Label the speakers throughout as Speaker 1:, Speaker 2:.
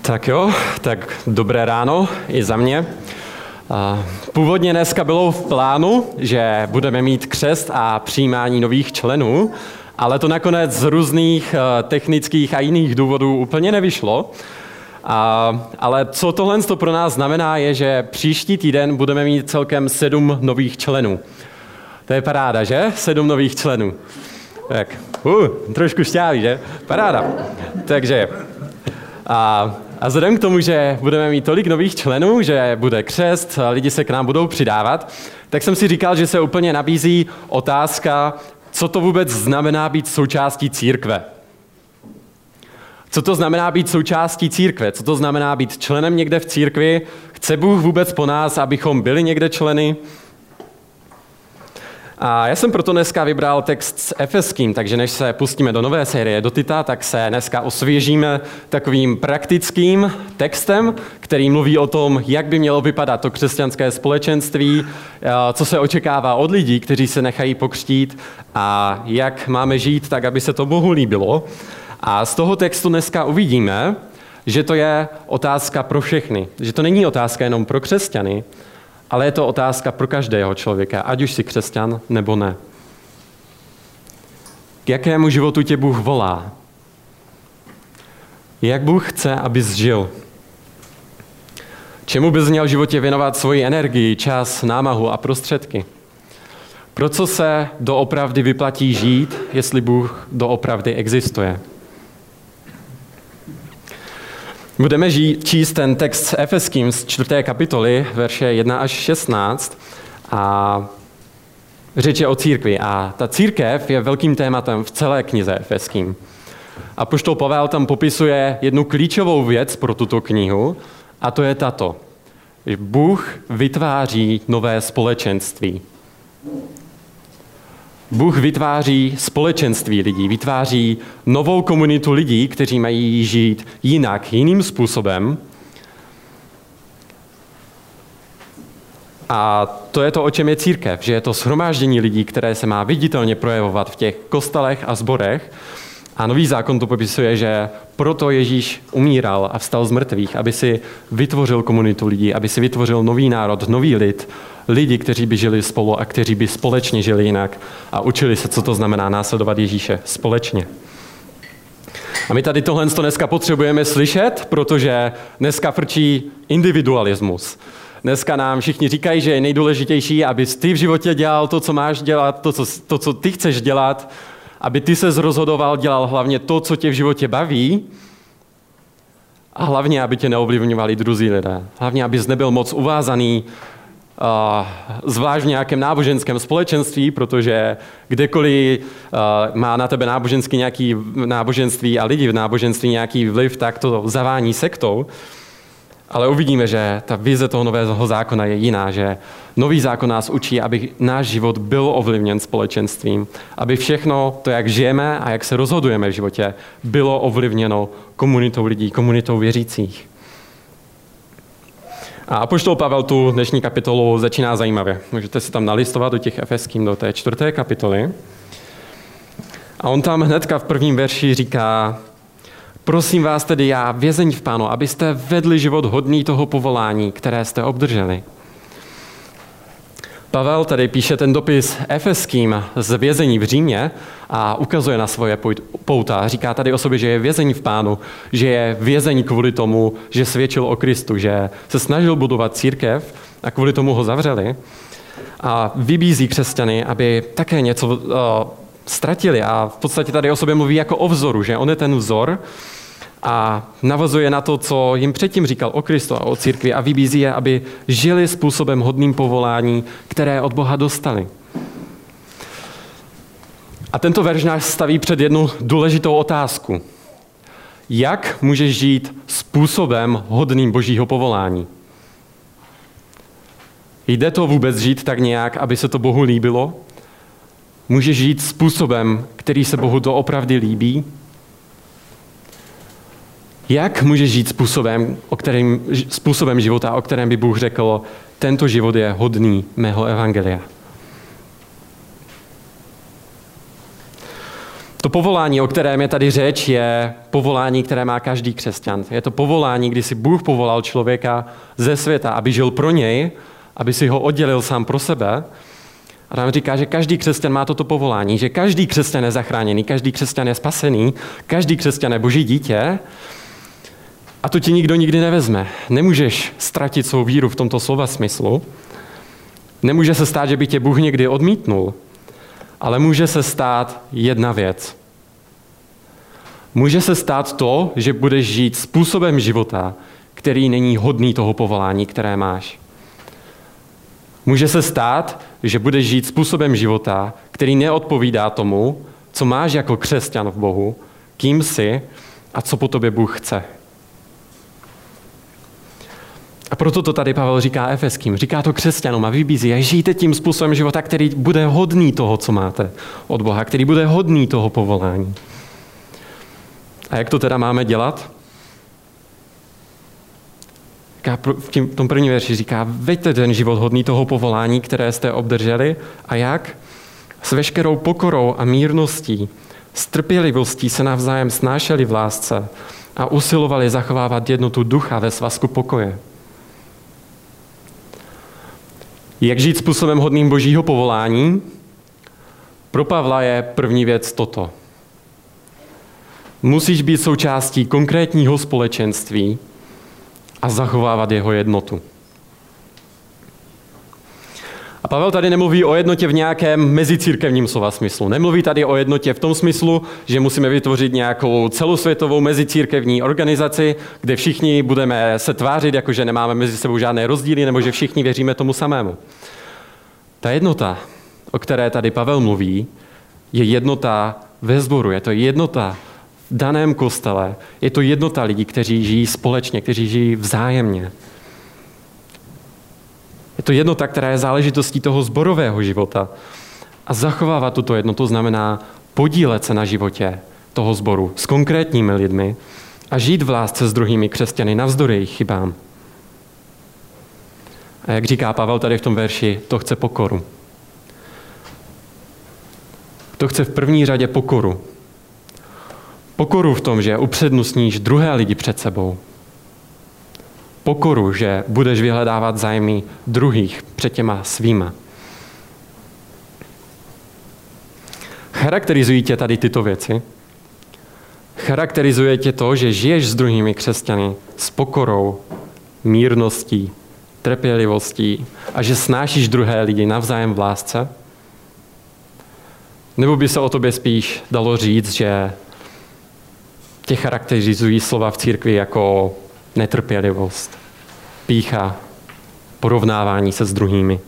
Speaker 1: Tak jo, tak dobré ráno i za mě. Původně dneska bylo v plánu, že budeme mít křest a přijímání nových členů, ale to nakonec z různých technických a jiných důvodů úplně nevyšlo. Ale co tohle pro nás znamená, je, že příští týden budeme mít celkem 7 nových členů. To je paráda, že? 7 nových členů. Tak, trošku šťávý, že? Paráda. Takže, a vzhledem k tomu, že budeme mít tolik nových členů, že bude křest, lidi se k nám budou přidávat, tak jsem si říkal, že se úplně nabízí otázka, co to vůbec znamená být součástí církve. Co to znamená být součástí církve? Co to znamená být členem někde v církvi? Chce Bůh vůbec po nás, abychom byli někde členy? A já jsem proto dneska vybral text s Efeským, takže než se pustíme do nové série do Tita, tak se dneska osvěžíme takovým praktickým textem, který mluví o tom, jak by mělo vypadat to křesťanské společenství, co se očekává od lidí, kteří se nechají pokřtít a jak máme žít tak, aby se to Bohu líbilo. A z toho textu dneska uvidíme, že to je otázka pro všechny, že to není otázka jenom pro křesťany, ale je to otázka pro každého člověka, ať už jsi křesťan nebo ne. K jakému životu tě Bůh volá? Jak Bůh chce, abys žil? Čemu bys měl v životě věnovat svoji energii, čas, námahu a prostředky? Pro co se doopravdy vyplatí žít, jestli Bůh doopravdy existuje? Budeme číst ten text s Efeským z 4. kapitoly, verše 1 až 16 a řeč je o církvi. A ta církev je velkým tématem v celé knize Efeským. Apoštol Pavel tam popisuje jednu klíčovou věc pro tuto knihu a to je tato. Že Bůh vytváří nové společenství. Bůh vytváří společenství lidí, vytváří novou komunitu lidí, kteří mají žít jinak, jiným způsobem. A to je to, o čem je církev, že je to shromáždění lidí, které se má viditelně projevovat v těch kostelech a sborech. A Nový zákon to popisuje, že proto Ježíš umíral a vstal z mrtvých, aby si vytvořil komunitu lidí, aby si vytvořil nový národ, nový lid, lidi, kteří by žili spolu a kteří by společně žili jinak a učili se, co to znamená následovat Ježíše společně. A my tady tohle dneska potřebujeme slyšet, protože dneska frčí individualismus. Dneska nám všichni říkají, že je nejdůležitější, abys ty v životě dělal to, co máš dělat, to, co ty chceš dělat, aby ty ses rozhodoval, dělal hlavně to, co tě v životě baví a hlavně, aby tě neovlivňovali druzí lidé. Hlavně, abys nebyl moc uvázaný zvlášť v nějakém náboženském společenství, protože kdekoliv má na tebe nějaký náboženství a lidi v náboženství nějaký vliv, tak to zavání sektou. Ale uvidíme, že ta vize toho nového zákona je jiná, že nový zákon nás učí, aby náš život byl ovlivněn společenstvím, aby všechno to, jak žijeme a jak se rozhodujeme v životě, bylo ovlivněno komunitou lidí, komunitou věřících. A apoštol Pavel tu dnešní kapitolu začíná zajímavě. Můžete si tam nalistovat do těch Efeským, do té 4. kapitoly. A on tam hnedka v prvním verši říká: prosím vás tedy já, vězeň v Pánu, abyste vedli život hodný toho povolání, které jste obdrželi. Pavel tady píše ten dopis Efeským z vězení v Římě a ukazuje na svoje pouta. Říká tady o sobě, že je vězeň v Pánu, že je vězeň kvůli tomu, že svědčil o Kristu, že se snažil budovat církev a kvůli tomu ho zavřeli. A vybízí křesťany, aby také něco ztratili. A v podstatě tady o sobě mluví jako o vzoru, že on je ten vzor a navazuje na to, co jim předtím říkal o Kristu a o církvi a vybízí je, aby žili způsobem hodným povolání, které od Boha dostali. A tento verš nás staví před jednu důležitou otázku. Jak můžeš žít způsobem hodným Božího povolání? Jde to vůbec žít tak nějak, aby se to Bohu líbilo? Můžeš žít způsobem, který se Bohu doopravdy líbí? Jak můžeš žít způsobem života, o kterém by Bůh řekl, tento život je hodný mého evangelia? To povolání, o kterém je tady řeč, je povolání, které má každý křesťan. Je to povolání, kdy si Bůh povolal člověka ze světa, aby žil pro něj, aby si ho oddělil sám pro sebe. A tam říká, že každý křesťan má toto povolání, že každý křesťan je zachráněný, každý křesťan je spasený, každý křesťan je Boží dítě a to ti nikdo nikdy nevezme. Nemůžeš ztratit svou víru v tomto slova smyslu. Nemůže se stát, že by tě Bůh někdy odmítnul, ale může se stát jedna věc. Může se stát to, že budeš žít způsobem života, který není hodný toho povolání, které máš. Může se stát, že budeš žít způsobem života, který neodpovídá tomu, co máš jako křesťan v Bohu, kým jsi a co po tobě Bůh chce. A proto to tady Pavel říká Efeským, říká to křesťanům a vybízí, a žijte tím způsobem života, který bude hodný toho, co máte od Boha, který bude hodný toho povolání. A jak to teda máme dělat? V tom prvním verši říká, veďte ten život hodný toho povolání, které jste obdrželi. A jak? S veškerou pokorou a mírností, s trpělivostí se navzájem snášeli v lásce a usilovali zachovávat jednotu ducha ve svazku pokoje. Jak žít způsobem hodným Božího povolání? Pro Pavla je první věc toto. Musíš být součástí konkrétního společenství a zachovávat jeho jednotu. A Pavel tady nemluví o jednotě v nějakém mezicírkevním slova smyslu. Nemluví tady o jednotě v tom smyslu, že musíme vytvořit nějakou celosvětovou mezicírkevní organizaci, kde všichni budeme se tvářit, jako že nemáme mezi sebou žádné rozdíly, nebo že všichni věříme tomu samému. Ta jednota, o které tady Pavel mluví, je jednota ve sboru, je to jednota v daném kostele, je to jednota lidí, kteří žijí společně, kteří žijí vzájemně. Je to jednota, která je záležitostí toho sborového života. A zachovávat tuto jednotu znamená podílet se na životě toho sboru s konkrétními lidmi a žít v lásce s druhými křesťany navzdory jejich chybám. A jak říká Pavel tady v tom verši, to chce pokoru. To chce v první řadě pokoru. Pokoru v tom, že upřednostníš druhé lidi před sebou. Pokoru, že budeš vyhledávat zájmy druhých před těma svýma. Charakterizují tě tady tyto věci? Charakterizuje tě to, že žiješ s druhými křesťany s pokorou, mírností, trpělivostí a že snášíš druhé lidi navzájem v lásce? Nebo by se o tobě spíš dalo říct, že tě charakterizují slova v církvi jako netrpělivost, pýcha, porovnávání se s druhými.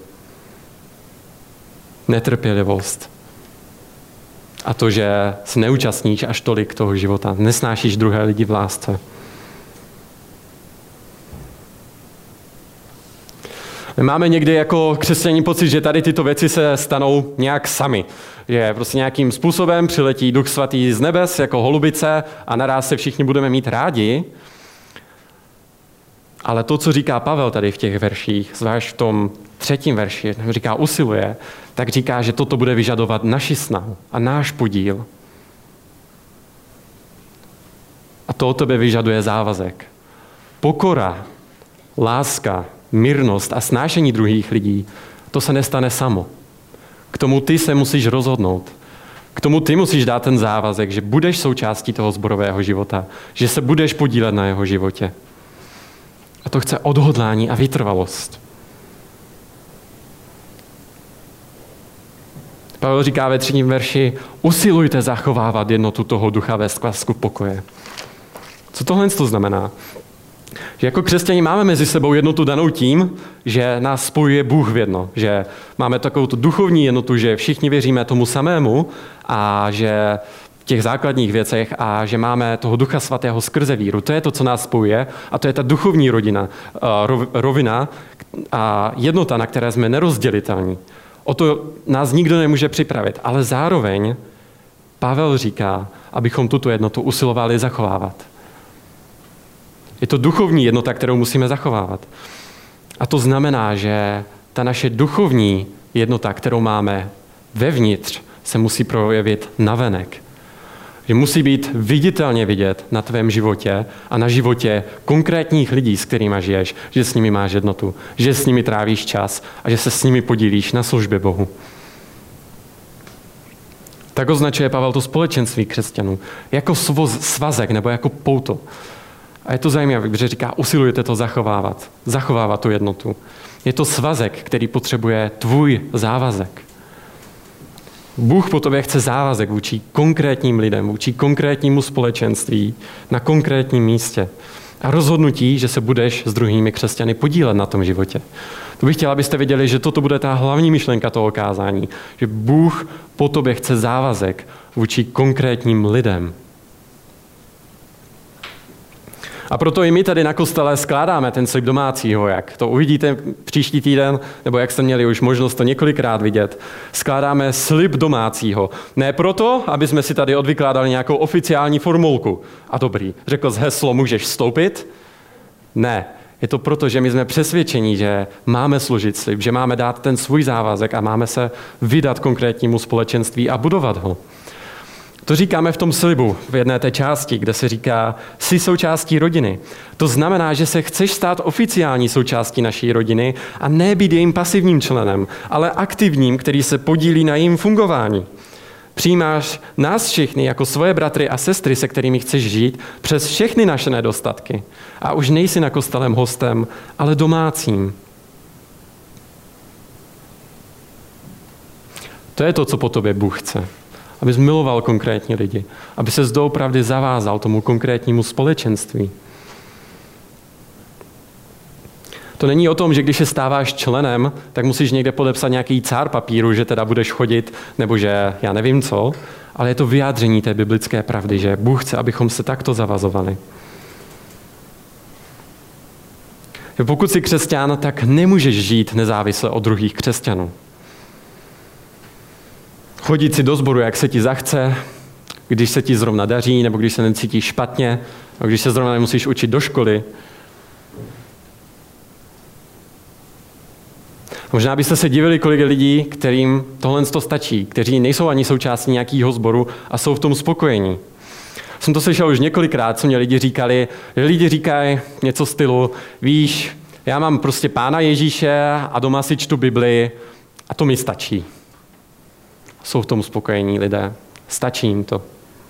Speaker 1: Netrpělivost. A to, že se neúčastníš až tolik toho života, nesnášíš druhé lidi v lásce. Máme někdy jako křesťaní pocit, že tady tyto věci se stanou nějak sami. Že prostě nějakým způsobem přiletí Duch Svatý z nebes jako holubice a naráz se všichni budeme mít rádi. Ale to, co říká Pavel tady v těch verších, zvlášť v tom 3. verši, říká usiluje, tak říká, že toto bude vyžadovat naši snahu a náš podíl. A to o tebe vyžaduje závazek. Pokora, láska, mírnost a snášení druhých lidí, to se nestane samo. K tomu ty se musíš rozhodnout. K tomu ty musíš dát ten závazek, že budeš součástí toho sborového života, že se budeš podílet na jeho životě. A to chce odhodlání a vytrvalost. Pavel říká ve 3. verši, usilujte zachovávat jednotu toho ducha ve svazku pokoje. Co tohle to znamená? Že jako křesťané máme mezi sebou jednotu danou tím, že nás spojuje Bůh v jedno. Že máme takovou tu duchovní jednotu, že všichni věříme tomu samému a že v těch základních věcech a že máme toho Ducha Svatého skrze víru. To je to, co nás spojuje a to je ta duchovní rovina a jednota, na které jsme nerozdělitelní. O to nás nikdo nemůže připravit, ale zároveň Pavel říká, abychom tuto jednotu usilovali zachovávat. Je to duchovní jednota, kterou musíme zachovávat. A to znamená, že ta naše duchovní jednota, kterou máme vevnitř, se musí projevit navenek. Že musí být viditelně vidět na tvém životě a na životě konkrétních lidí, s kterými žiješ, že s nimi máš jednotu, že s nimi trávíš čas a že se s nimi podílíš na službě Bohu. Tak označuje Pavel to společenství křesťanů jako svazek nebo jako pouto. A je to zajímavé, protože říká, usilujete to zachovávat tu jednotu. Je to svazek, který potřebuje tvůj závazek. Bůh po tobě chce závazek vůči konkrétním lidem, vůči konkrétnímu společenství, na konkrétním místě. A rozhodnutí, že se budeš s druhými křesťany podílet na tom životě. To bych chtěla, abyste věděli, že toto bude ta hlavní myšlenka toho kázání. Že Bůh po tobě chce závazek vůči konkrétním lidem. A proto i my tady na kostele skládáme ten slib domácího, jak to uvidíte příští týden, nebo jak jste měli už možnost to několikrát vidět. Skládáme slib domácího. Ne proto, aby jsme si tady odvykládali nějakou oficiální formulku. A dobrý, řekl jsi heslo, můžeš vstoupit? Ne, je to proto, že my jsme přesvědčení, že máme složit slib, že máme dát ten svůj závazek a máme se vydat konkrétnímu společenství a budovat ho. To říkáme v tom slibu, v jedné té části, kde se říká, jsi součástí rodiny. To znamená, že se chceš stát oficiální součástí naší rodiny a ne být jejím pasivním členem, ale aktivním, který se podílí na jejím fungování. Přijímáš nás všechny jako svoje bratry a sestry, se kterými chceš žít, přes všechny naše nedostatky. A už nejsi na kostelem hostem, ale domácím. To je to, co po tobě Bůh chce. Abys miloval konkrétní lidi, aby se doopravdy zavázal tomu konkrétnímu společenství. To není o tom, že když se stáváš členem, tak musíš někde podepsat nějaký cár papíru, že teda budeš chodit, nebo že já nevím co, ale je to vyjádření té biblické pravdy, že Bůh chce, abychom se takto zavazovali. Pokud jsi křesťan, tak nemůžeš žít nezávisle od druhých křesťanů. Chodit si do sboru, jak se ti zachce, když se ti zrovna daří, nebo když se necítíš špatně, nebo když se zrovna nemusíš učit do školy. Možná byste se divili, kolik lidí, kterým tohle stačí, kteří nejsou ani součástí nějakého sboru a jsou v tom spokojení. Jsem to slyšel už několikrát, co mě lidi říkali, že lidi říkají něco stylu, víš, já mám prostě Pána Ježíše a doma si čtu Bibli a to mi stačí. Jsou v tom spokojení lidé. Stačí jim to.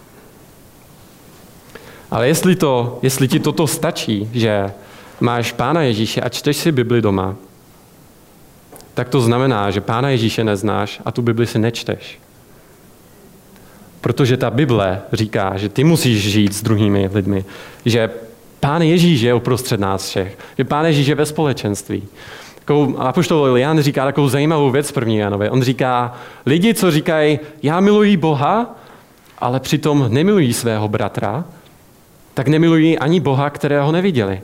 Speaker 1: Ale jestli ti toto stačí, že máš Pána Ježíše a čteš si Bibli doma, tak to znamená, že Pána Ježíše neznáš a tu Bibli si nečteš. Protože ta Bible říká, že ty musíš žít s druhými lidmi. Že Pán Ježíš je uprostřed nás všech. Že Pán Ježíš je ve společenství. Apoštol Jan říká takovou zajímavou věc v 1. Janově. On říká, lidi, co říkají, já miluji Boha, ale přitom nemilují svého bratra, tak nemilují ani Boha, kterého neviděli.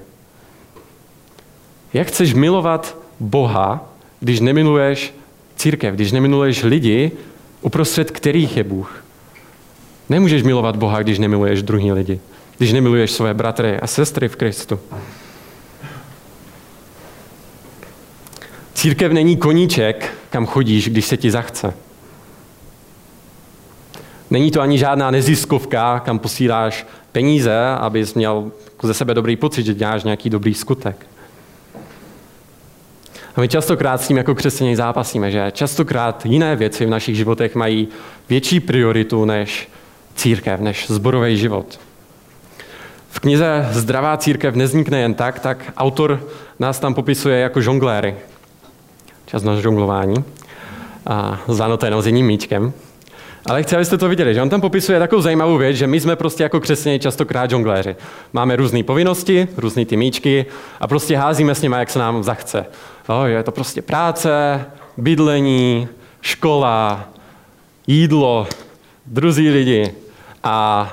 Speaker 1: Jak chceš milovat Boha, když nemiluješ církev, když nemiluješ lidi, uprostřed kterých je Bůh? Nemůžeš milovat Boha, když nemiluješ druhý lidi, když nemiluješ své bratry a sestry v Kristu. Církev není koníček, kam chodíš, když se ti zachce. Není to ani žádná neziskovka, kam posíláš peníze, abys měl ze sebe dobrý pocit, že děláš nějaký dobrý skutek. A my častokrát s tím jako křesťané zápasíme, že častokrát jiné věci v našich životech mají větší prioritu než církev, než sborový život. V knize Zdravá církev nevznikne jen tak autor nás tam popisuje jako žongléry. Čas na žonglování. A zvláno jenom s jedním míčkem. Ale chci, abyste to viděli, že on tam popisuje takovou zajímavou věc, že my jsme prostě jako křesťané častokrát žongléři. Máme různé povinnosti, různé ty míčky a prostě házíme s nimi, jak se nám zachce. Je to prostě práce, bydlení, škola, jídlo, druzí lidi a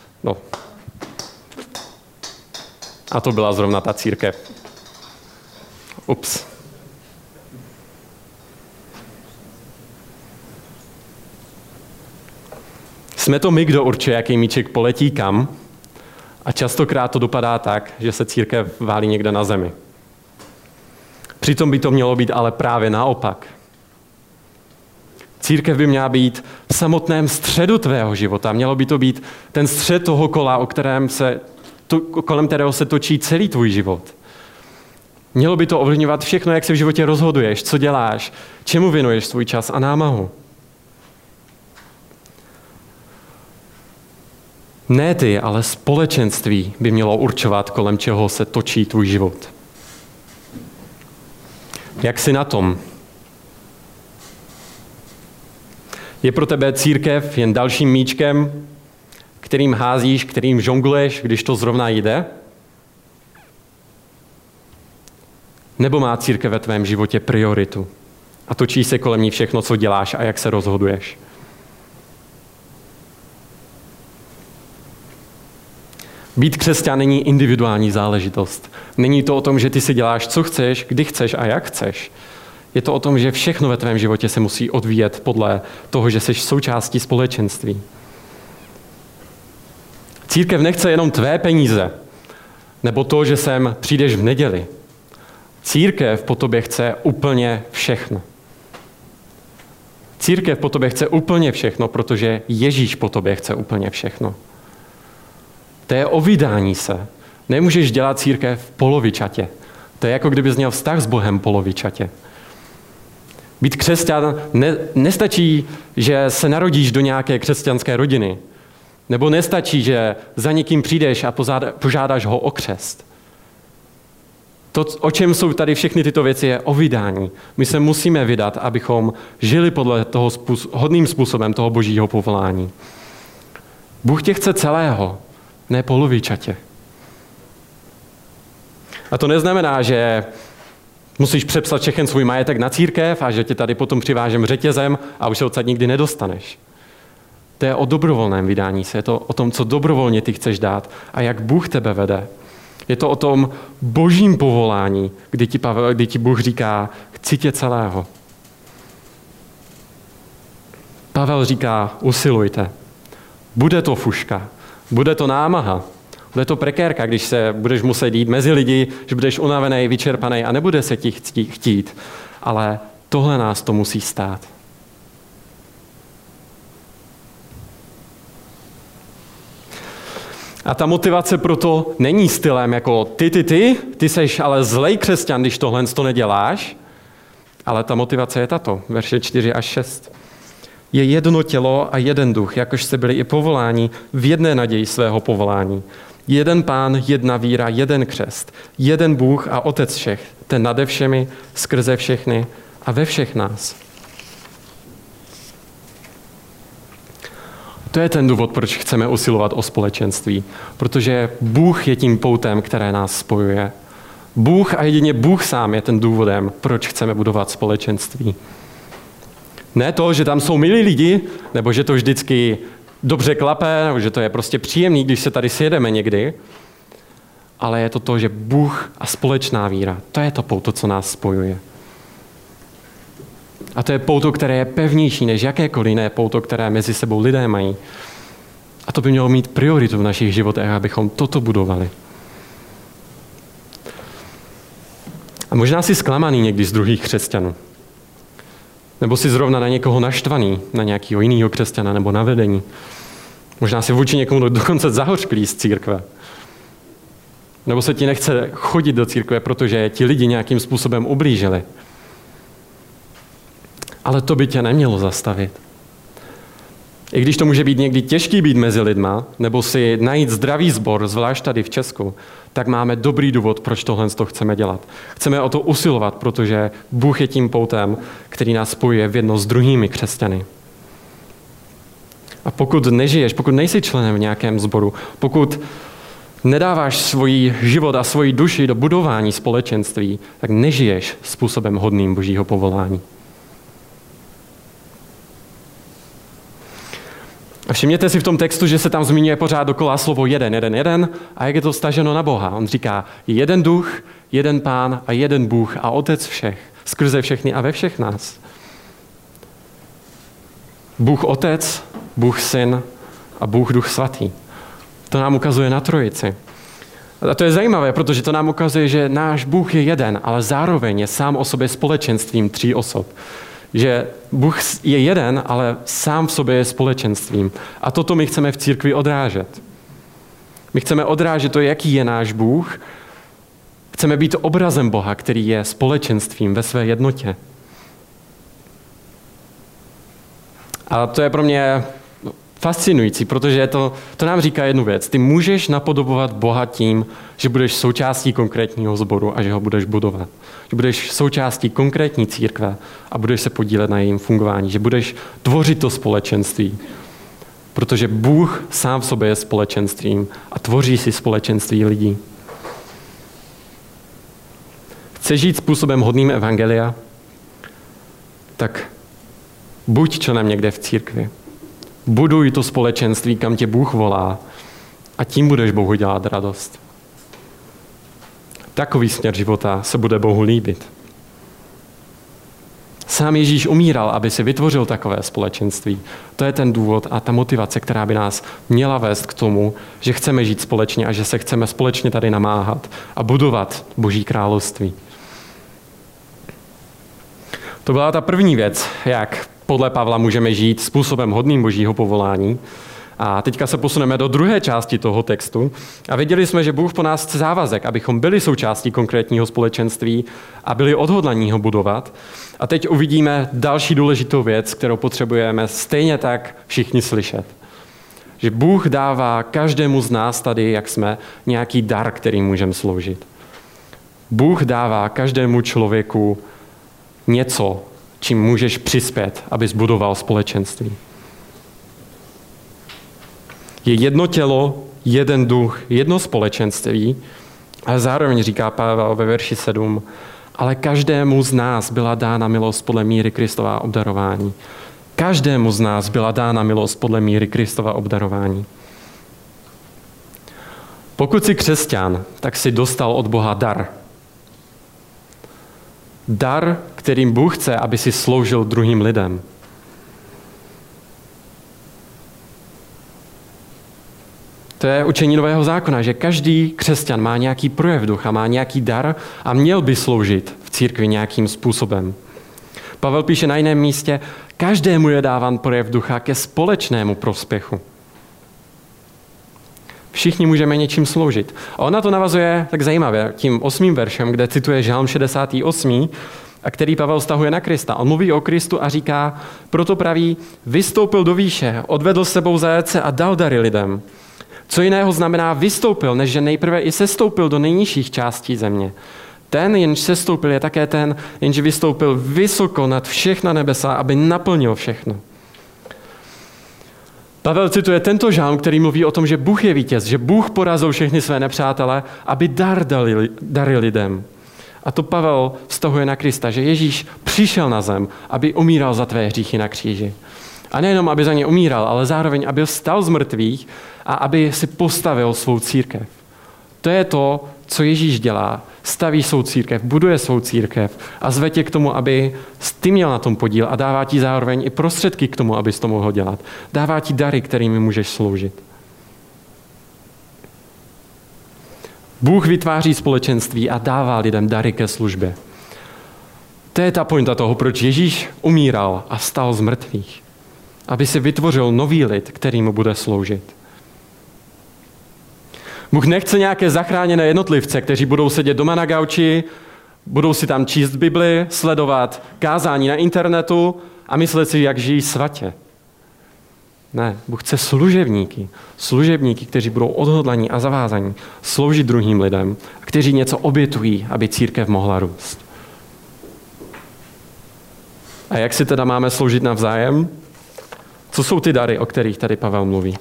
Speaker 1: to byla zrovna ta církev. Ups. Jsme to my, kdo určuje, jaký míček poletí kam, a častokrát to dopadá tak, že se církev válí někde na zemi. Přitom by to mělo být ale právě naopak. Církev by měla být v samotném středu tvého života. Mělo by to být ten střed toho kola, kolem kterého se točí celý tvůj život. Mělo by to ovlivňovat všechno, jak se v životě rozhoduješ, co děláš, čemu věnuješ svůj čas a námahu. Ne ty, ale společenství by mělo určovat, kolem čeho se točí tvůj život. Jak jsi na tom? Je pro tebe církev jen dalším míčkem, kterým házíš, kterým žongluješ, když to zrovna jde? Nebo má církev ve tvém životě prioritu a točí se kolem ní všechno, co děláš a jak se rozhoduješ? Být křesťan není individuální záležitost. Není to o tom, že ty si děláš, co chceš, kdy chceš a jak chceš. Je to o tom, že všechno ve tvém životě se musí odvíjet podle toho, že jsi součástí společenství. Církev nechce jenom tvé peníze, nebo to, že sem přijdeš v neděli. Církev po tobě chce úplně všechno. Církev po tobě chce úplně všechno, protože Ježíš po tobě chce úplně všechno. To je o vydání se. Nemůžeš dělat církev polovičatě. To je jako kdybys měl vztah s Bohem polovičatě. Být křesťan nestačí, že se narodíš do nějaké křesťanské rodiny. Nebo nestačí, že za někým přijdeš a požádáš ho o křest. To, o čem jsou tady všechny tyto věci, je o vydání. My se musíme vydat, abychom žili podle toho hodným způsobem toho božího povolání. Bůh tě chce celého, ne polovičatě. A to neznamená, že musíš přepsat všechen svůj majetek na církev a že tě tady potom přivážem řetězem a už se odsaď nikdy nedostaneš. To je o dobrovolném vydání se, je to o tom, co dobrovolně ty chceš dát a jak Bůh tebe vede. Je to o tom božím povolání, kdy ti Bůh říká, chci tě celého. Pavel říká, usilujte. Bude to fuška, bude to námaha, bude to prekérka, když se budeš muset jít mezi lidi, že budeš unavený, vyčerpaný a nebude se ti chtít. Ale tohle nás to musí stát. A ta motivace proto není stylem jako ty seš ale zlej křesťan, když tohle to neděláš, ale ta motivace je tato, verše 4 až 6. Je jedno tělo a jeden duch, jakož jste byli i povoláni v jedné naději svého povolání. Jeden Pán, jedna víra, jeden křest, jeden Bůh a Otec všech, ten nade všemi, skrze všechny a ve všech nás. To je ten důvod, proč chceme usilovat o společenství. Protože Bůh je tím poutem, které nás spojuje. Bůh a jedině Bůh sám je ten důvodem, proč chceme budovat společenství. Ne to, že tam jsou milí lidi, nebo že to vždycky dobře klape, nebo že to je prostě příjemný, když se tady sjedeme někdy, ale je to, že Bůh a společná víra, to je to pouto, co nás spojuje. A to je pouto, které je pevnější než jakékoliv jiné pouto, které mezi sebou lidé mají. A to by mělo mít prioritu v našich životech, abychom toto budovali. A možná jsi zklamaný někdy z druhých křesťanů. Nebo jsi zrovna na někoho naštvaný, na nějakého jiného křesťana nebo na vedení. Možná jsi vůči někomu dokonce zahořklý z církve. Nebo se ti nechce chodit do církve, protože ti lidi nějakým způsobem ublížili. Ale to by tě nemělo zastavit. I když to může být někdy těžký být mezi lidma, nebo si najít zdravý sbor, zvlášť tady v Česku, tak máme dobrý důvod, proč tohle chceme dělat. Chceme o to usilovat, protože Bůh je tím poutem, který nás spojuje v jedno s druhými křesťany. A pokud nežiješ, pokud nejsi členem v nějakém sboru, pokud nedáváš svůj život a svoji duši do budování společenství, tak nežiješ způsobem hodným božího povolání. A všimněte si v tom textu, že se tam zmiňuje pořád dokola slovo jeden. A jak je to vztaženo na Boha? On říká, je jeden duch, jeden Pán a jeden Bůh a Otec všech, skrze všechny a ve všech nás. Bůh Otec, Bůh Syn a Bůh Duch Svatý. To nám ukazuje na trojici. A to je zajímavé, protože to nám ukazuje, že náš Bůh je jeden, ale zároveň je sám o sobě společenstvím 3 osob. že Bůh je jeden, ale sám v sobě je společenstvím. A toto my chceme v církvi odrážet. My chceme odrážet to, jaký je náš Bůh. Chceme být obrazem Boha, který je společenstvím ve své jednotě. A to je pro mě fascinující, protože to nám říká jednu věc. Ty můžeš napodobovat Boha tím, že budeš součástí konkrétního sboru a že ho budeš budovat. Že budeš součástí konkrétní církve a budeš se podílet na jejím fungování. Že budeš tvořit to společenství. Protože Bůh sám v sobě je společenstvím a tvoří si společenství lidí. Chceš žít způsobem hodným evangelia? Tak buď členem někde v církvi. Buduj to společenství, kam tě Bůh volá a tím budeš Bohu dělat radost. Takový směr života se bude Bohu líbit. Sám Ježíš umíral, aby si vytvořil takové společenství. To je ten důvod a ta motivace, která by nás měla vést k tomu, že chceme žít společně a že se chceme společně tady namáhat a budovat Boží království. To byla ta první věc, jak podle Pavla můžeme žít způsobem hodným Božího povolání. A teďka se posuneme do druhé části toho textu. A viděli jsme, že Bůh po nás chce závazek, abychom byli součástí konkrétního společenství a byli odhodlaní ho budovat. A teď uvidíme další důležitou věc, kterou potřebujeme stejně tak všichni slyšet. Že Bůh dává každému z nás tady, jak jsme, nějaký dar, který můžeme sloužit. Bůh dává každému člověku něco, čím můžeš přispět, abys budoval společenství. Je jedno tělo, jeden duch, jedno společenství, ale zároveň říká Pavel ve verši 7, ale každému z nás byla dána milost podle míry Kristova obdarování. Každému z nás byla dána milost podle míry Kristova obdarování. Pokud jsi křesťan, tak jsi dostal od Boha dar. Dar, kterým Bůh chce, aby si sloužil druhým lidem. To je učení Nového zákona, že každý křesťan má nějaký projev ducha, má nějaký dar a měl by sloužit v církvi nějakým způsobem. Pavel píše na jiném místě, každému je dáván projev ducha ke společnému prospěchu. Všichni můžeme něčím sloužit. A ona to navazuje tak zajímavě tím 8. veršem, kde cituje Žalm 68, a který Pavel vztahuje na Krista. On mluví o Kristu a říká, proto praví, vystoupil do výše, odvedl s sebou zajatce a dal dary lidem. Co jiného znamená vystoupil, než že nejprve i sestoupil do nejnižších částí země. Ten, jenž sestoupil, je také ten, jenž vystoupil vysoko nad všechna nebesa, aby naplnil všechno. Pavel cituje tento žálm, který mluví o tom, že Bůh je vítěz, že Bůh porazil všechny své nepřátele, aby dary lidem. A to Pavel vztahuje na Krista, že Ježíš přišel na zem, aby umíral za tvé hříchy na kříži. A nejenom, aby za ně umíral, ale zároveň, aby vstal z mrtvých a aby si postavil svou církev. To je to, co Ježíš dělá. Staví svou církev, buduje svou církev a zve tě k tomu, aby ty měl na tom podíl a dává ti zároveň i prostředky k tomu, abys to mohl dělat. Dává ti dary, kterými můžeš sloužit. Bůh vytváří společenství a dává lidem dary ke službě. To je ta pointa toho, proč Ježíš umíral a vstal z mrtvých. Aby si vytvořil nový lid, který mu bude sloužit. Bůh nechce nějaké zachráněné jednotlivce, kteří budou sedět doma na gauči, budou si tam číst Bibli, sledovat kázání na internetu a myslet si, jak žijí svatě. Ne, Bůh chce služebníky, kteří budou odhodlaní a zavázaní sloužit druhým lidem, kteří něco obětují, aby církev mohla růst. A jak si teda máme sloužit navzájem? Co jsou ty dary, o kterých tady Pavel mluví?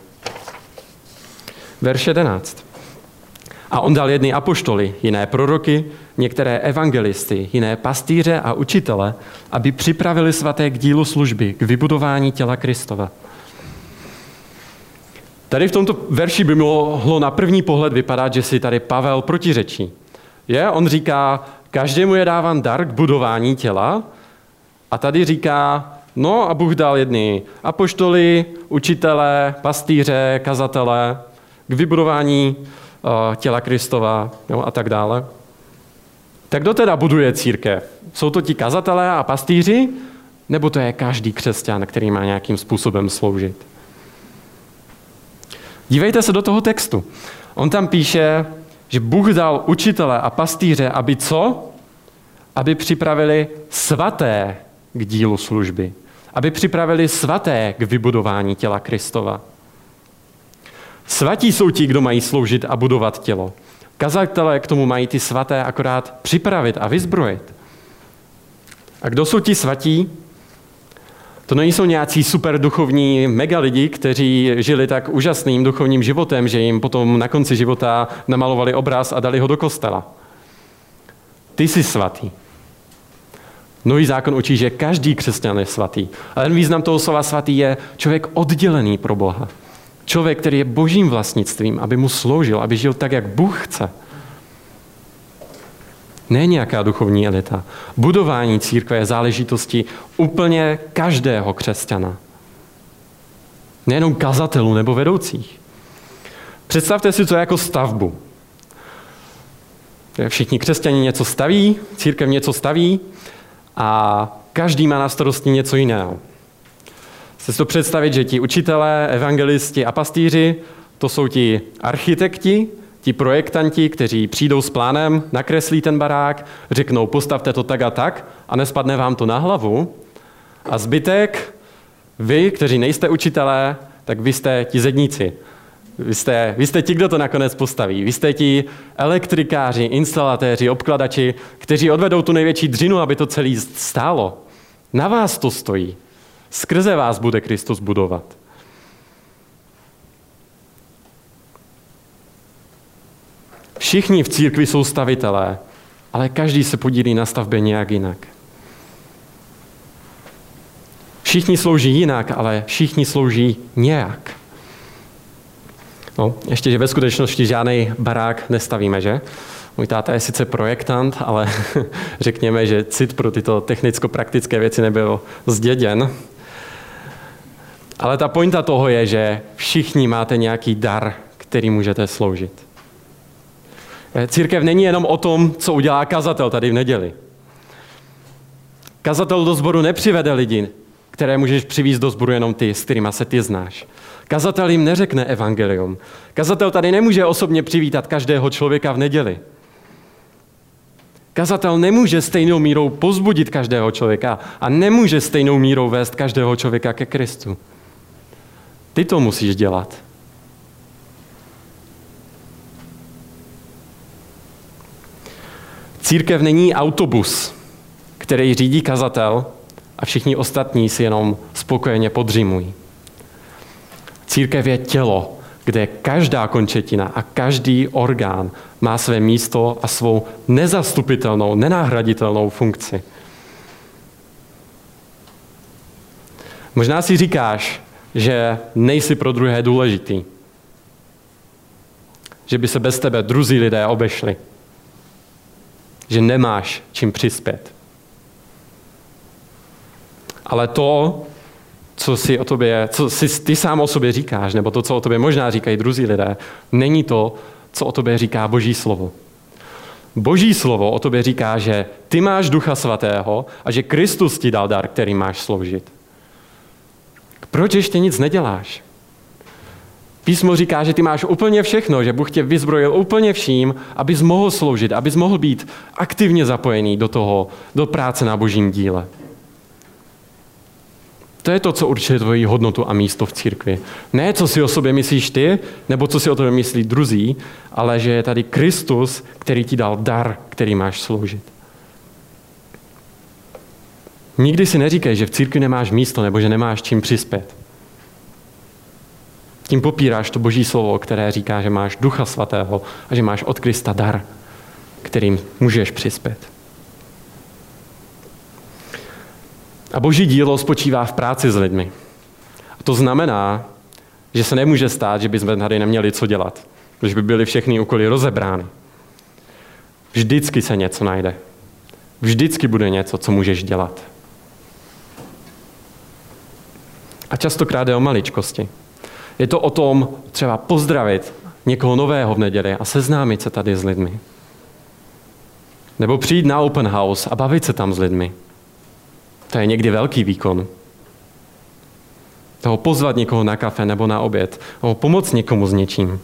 Speaker 1: Verš 11. A on dal jedny apoštoly, jiné proroky, některé evangelisty, jiné pastýře a učitele, aby připravili svaté k dílu služby, k vybudování těla Kristova. Tady v tomto verši by mohlo na první pohled vypadat, že si tady Pavel protiřečí. On říká, každému je dáván dar k budování těla a tady říká, no a Bůh dal jedny apoštoly, učitele, pastýře, kazatele k vybudování těla Kristova a tak dále. Tak kdo teda buduje církev? Jsou to ti kazatelé a pastýři? Nebo to je každý křesťan, který má nějakým způsobem sloužit? Dívejte se do toho textu. On tam píše, že Bůh dal učitele a pastýře, aby co? Aby připravili svaté k dílu služby. Aby připravili svaté k vybudování těla Kristova. Svatí jsou ti, kdo mají sloužit a budovat tělo. Kazatelé k tomu mají ty svaté akorát připravit a vyzbrojit. A kdo jsou ti svatí? To nejsou nějací super duchovní mega lidi, kteří žili tak úžasným duchovním životem, že jim potom na konci života namalovali obraz a dali ho do kostela. Ty jsi svatý. Nový zákon učí, že každý křesťan je svatý. Ale ten význam toho slova svatý je člověk oddělený pro Boha. Člověk, který je božím vlastnictvím, aby mu sloužil, aby žil tak, jak Bůh chce. Ne nějaká duchovní elita. Budování církve je záležitostí úplně každého křesťana. Nejenom kazatelů nebo vedoucích. Představte si to jako stavbu. Všichni křesťané něco staví, církev něco staví a každý má na starosti něco jiného. Chci si to představit, že ti učitelé, evangelisti a pastýři, to jsou ti architekti, ti projektanti, kteří přijdou s plánem, nakreslí ten barák, řeknou, postavte to tak a nespadne vám to na hlavu. A zbytek, vy, kteří nejste učitelé, tak vy jste ti zedníci. Vy jste ti, kdo to nakonec postaví. Vy jste ti elektrikáři, instalatéři, obkladači, kteří odvedou tu největší dřinu, aby to celé stálo. Na vás to stojí. Skrze vás bude Kristus budovat. Všichni v církvi jsou stavitelé, ale každý se podílí na stavbě nějak jinak. Všichni slouží jinak, ale všichni slouží nějak. No, ještě, že ve skutečnosti žádný barák nestavíme, že? Můj táta je sice projektant, ale řekněme, že cit pro tyto technicko-praktické věci nebyl zděděn. Ale ta pointa toho je, že všichni máte nějaký dar, který můžete sloužit. Církev není jenom o tom, co udělá kazatel tady v neděli. Kazatel do sboru nepřivede lidi, které můžeš přivést do sboru jenom ty, s kterýma se ty znáš. Kazatel jim neřekne evangelium. Kazatel tady nemůže osobně přivítat každého člověka v neděli. Kazatel nemůže stejnou mírou povzbudit každého člověka a nemůže stejnou mírou vést každého člověka ke Kristu. Ty to musíš dělat. Církev není autobus, který řídí kazatel a všichni ostatní si jenom spokojeně podřímují. Církev je tělo, kde každá končetina a každý orgán má své místo a svou nezastupitelnou, nenahraditelnou funkci. Možná si říkáš, že nejsi pro druhé důležitý. Že by se bez tebe druzí lidé obešli. Že nemáš čím přispět. Ale to, co si ty sám o sobě říkáš, nebo to, co o tobě možná říkají druzí lidé, není to, co o tobě říká Boží slovo. Boží slovo o tobě říká, že ty máš Ducha Svatého a že Kristus ti dal dar, který máš sloužit. Proč ještě nic neděláš? Písmo říká, že ty máš úplně všechno, že Bůh tě vyzbrojil úplně vším, abys mohl sloužit, abys mohl být aktivně zapojený do práce na Božím díle. To je to, co určuje tvoji hodnotu a místo v církvi. Ne, co si o sobě myslíš ty, nebo co si o tobě myslí druzí, ale že je tady Kristus, který ti dal dar, který máš sloužit. Nikdy si neříkej, že v církvi nemáš místo, nebo že nemáš čím přispět. Tím popíráš to Boží slovo, které říká, že máš Ducha Svatého a že máš od Krista dar, kterým můžeš přispět. A Boží dílo spočívá v práci s lidmi. A to znamená, že se nemůže stát, že bychom tady neměli co dělat, že by byly všechny úkoly rozebrány. Vždycky se něco najde. Vždycky bude něco, co můžeš dělat. A častokrát je o maličkosti. Je to o tom třeba pozdravit někoho nového v neděli a seznámit se tady s lidmi. Nebo přijít na open house a bavit se tam s lidmi. To je někdy velký výkon. Toho pozvat někoho na kafe nebo na oběd. Toho pomoct někomu s něčím.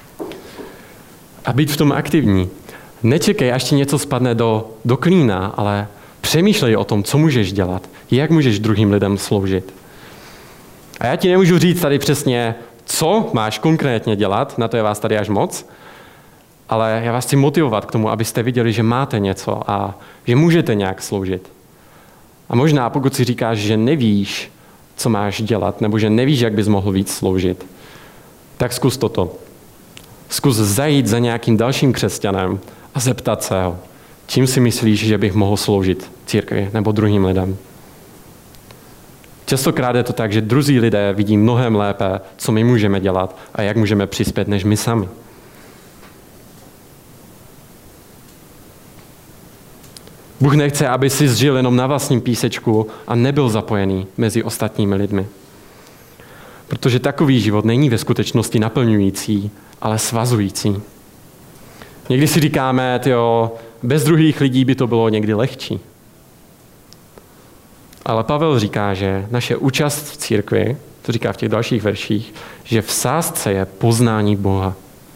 Speaker 1: A být v tom aktivní. Nečekej, až ti něco spadne do klína, ale přemýšlej o tom, co můžeš dělat. Jak můžeš druhým lidem sloužit. A já ti nemůžu říct tady přesně, co máš konkrétně dělat, na to je vás tady až moc, ale já vás chci motivovat k tomu, abyste viděli, že máte něco a že můžete nějak sloužit. A možná, pokud si říkáš, že nevíš, co máš dělat, nebo že nevíš, jak bys mohl víc sloužit, tak zkus toto. Zkus zajít za nějakým dalším křesťanem a zeptat se ho, čím si myslíš, že bych mohl sloužit církvi nebo druhým lidem. Častokrát je to tak, že druzí lidé vidí mnohem lépe, co my můžeme dělat a jak můžeme přispět, než my sami. Bůh nechce, aby jsi žil jenom na vlastním písečku a nebyl zapojený mezi ostatními lidmi. Protože takový život není ve skutečnosti naplňující, ale svazující. Někdy si říkáme, bez druhých lidí by to bylo někdy lehčí. Ale Pavel říká, že naše účast v církvi, to říká v těch dalších verších, že v sázce je poznání Boha.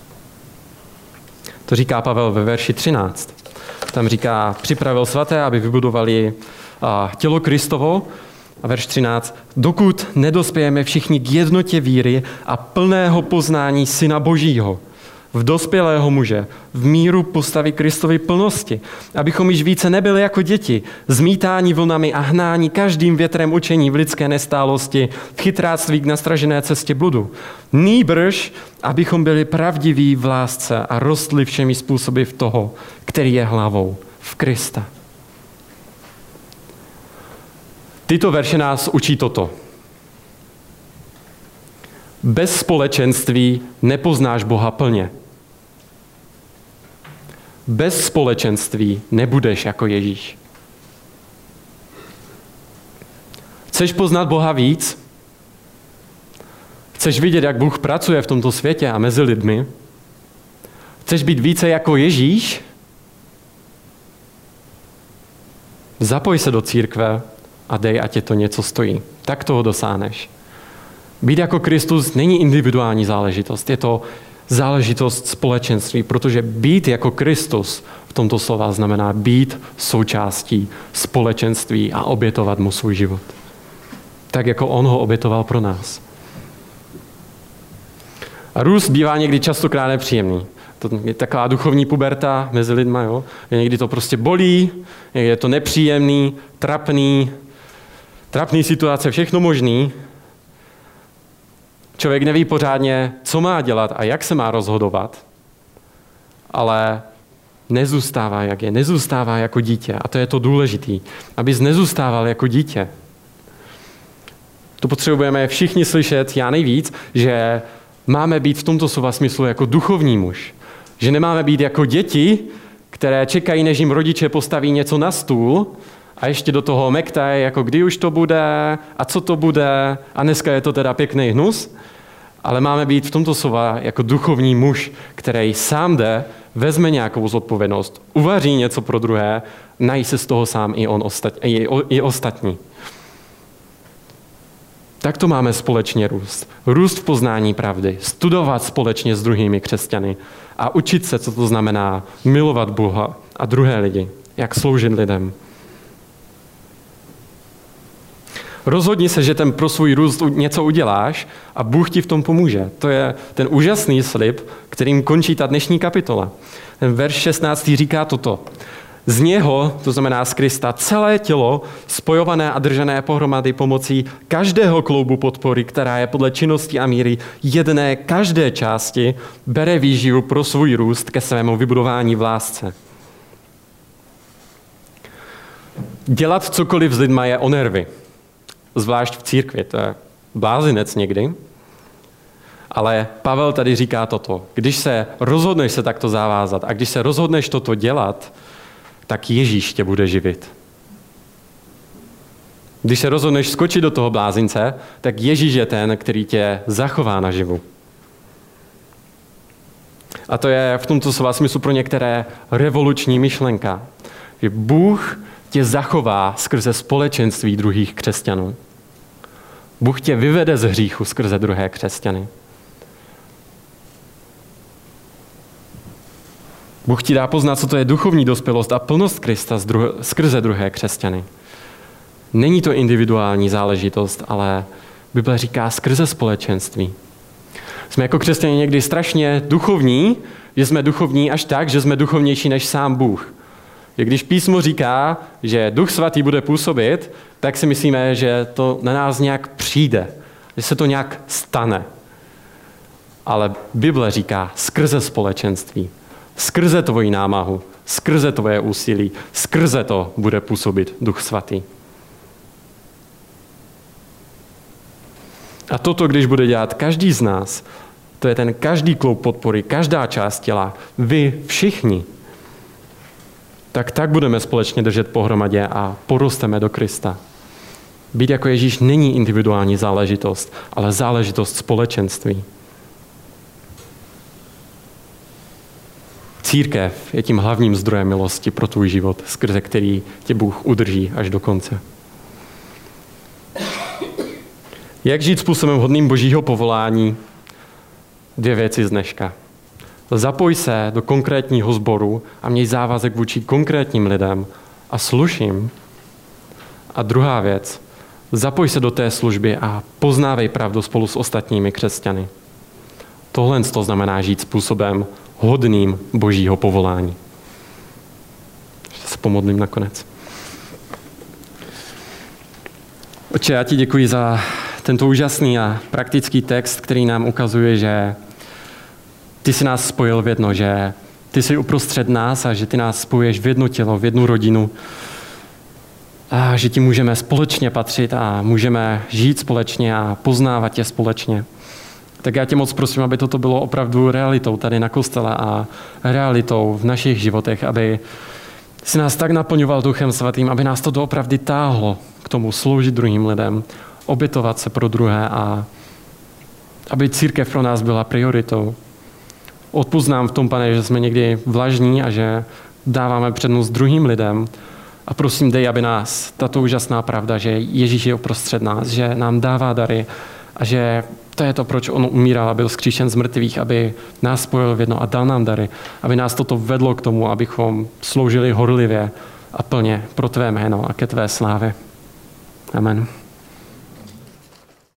Speaker 1: To říká Pavel ve verši 13. Tam říká, připravil svaté, aby vybudovali tělo Kristovo. A verš 13. Dokud nedospějeme všichni k jednotě víry a plného poznání Syna Božího, v dospělého muže, v míru postavy Kristovy plnosti, abychom již více nebyli jako děti, zmítáni vlnami a hnáni každým větrem učení v lidské nestálosti, v chytráctví k nastražené cestě bludu. Nýbrž, abychom byli pravdiví v lásce a rostli všemi způsoby v toho, který je hlavou, v Krista. Tyto verše nás učí toto. Bez společenství nepoznáš Boha plně. Bez společenství nebudeš jako Ježíš. Chceš poznat Boha víc? Chceš vidět, jak Bůh pracuje v tomto světě a mezi lidmi? Chceš být více jako Ježíš? Zapoj se do církve a dej, ať tě to něco stojí. Tak toho dosáhneš. Být jako Kristus není individuální záležitost, je to záležitost společenství, protože být jako Kristus v tomto slova znamená být součástí společenství a obětovat mu svůj život. Tak, jako on ho obětoval pro nás. A růst bývá někdy častokrát nepříjemný. To je taková duchovní puberta mezi lidma, jo? Někdy to prostě bolí, někdy je to nepříjemný, trapný situace, všechno možný. Člověk neví pořádně, co má dělat a jak se má rozhodovat, ale nezůstává, jak je. Nezůstává jako dítě. A to je to důležitý. Abys nezůstával jako dítě. To potřebujeme všichni slyšet, já nejvíc, že máme být v tomto slova smyslu jako duchovní muž. Že nemáme být jako děti, které čekají, než jim rodiče postaví něco na stůl a ještě do toho mektají, jako kdy už to bude a co to bude a dneska je to teda pěkný hnus. Ale máme být v tomto slova jako duchovní muž, který sám jde, vezme nějakou zodpovědnost, uvaří něco pro druhé, nají se z toho sám i ostatní. Tak to máme společně růst. Růst v poznání pravdy, studovat společně s druhými křesťany a učit se, co to znamená milovat Boha a druhé lidi, jak sloužit lidem. Rozhodni se, že pro svůj růst něco uděláš a Bůh ti v tom pomůže. To je ten úžasný slib, kterým končí ta dnešní kapitola. Ten verš 16 říká toto. Z něho, to znamená z Krista, celé tělo, spojované a držené pohromady pomocí každého kloubu podpory, která je podle činnosti a míry jedné každé části, bere výživu pro svůj růst ke svému vybudování v lásce. Dělat cokoliv s lidma je o nervy. Zvlášť v církvi, to je blázinec někdy. Ale Pavel tady říká toto. Když se rozhodneš se takto zavázat a když se rozhodneš toto dělat, tak Ježíš tě bude živit. Když se rozhodneš skočit do toho blázince, tak Ježíš je ten, který tě zachová naživu. A to je v tomto slova smyslu pro některé revoluční myšlenka. Že Bůh tě zachová skrze společenství druhých křesťanů. Bůh tě vyvede z hříchu skrze druhé křesťany. Bůh ti dá poznat, co to je duchovní dospělost a plnost Krista skrze druhé křesťany. Není to individuální záležitost, ale Bible říká skrze společenství. Jsme jako křesťané někdy strašně duchovní, že jsme duchovní až tak, že jsme duchovnější než sám Bůh. I když písmo říká, že Duch Svatý bude působit, tak si myslíme, že to na nás nějak přijde, že se to nějak stane. Ale Bible říká skrze společenství, skrze tvoji námahu, skrze tvoje úsilí, skrze to bude působit Duch Svatý. A toto, když bude dělat každý z nás, to je ten každý kloub podpory, každá část těla, vy všichni, tak budeme společně držet pohromadě a porosteme do Krista. Být jako Ježíš není individuální záležitost, ale záležitost společenství. Církev je tím hlavním zdrojem milosti pro tvůj život, skrze který tě Bůh udrží až do konce. Jak žít způsobem hodným Božího povolání? 2 věci z dneška. Zapoj se do konkrétního sboru a měj závazek vůči konkrétním lidem a služ jim. A druhá věc, zapoj se do té služby a poznávej pravdu spolu s ostatními křesťany. Tohle to znamená žít způsobem hodným Božího povolání. Ještě se pomodlím nakonec. Otče, já ti děkuji za tento úžasný a praktický text, který nám ukazuje, že ty jsi nás spojil v jedno, že ty jsi uprostřed nás a že ty nás spojuješ v jedno tělo, v jednu rodinu a že ti můžeme společně patřit a můžeme žít společně a poznávat tě společně. Tak já tě moc prosím, aby toto bylo opravdu realitou tady na kostele a realitou v našich životech, aby si nás tak naplňoval Duchem Svatým, aby nás to doopravdy táhlo k tomu sloužit druhým lidem, obětovat se pro druhé a aby církev pro nás byla prioritou. Odpusť nám v tom, Pane, že jsme někdy vlažní a že dáváme přednost druhým lidem a prosím, dej, aby nás tato úžasná pravda, že Ježíš je uprostřed nás, že nám dává dary a že to je to, proč on umíral a byl vzkříšen z mrtvých, aby nás spojil v jedno a dal nám dary, aby nás toto vedlo k tomu, abychom sloužili horlivě a plně pro tvé jméno a ke tvé slávě. Amen.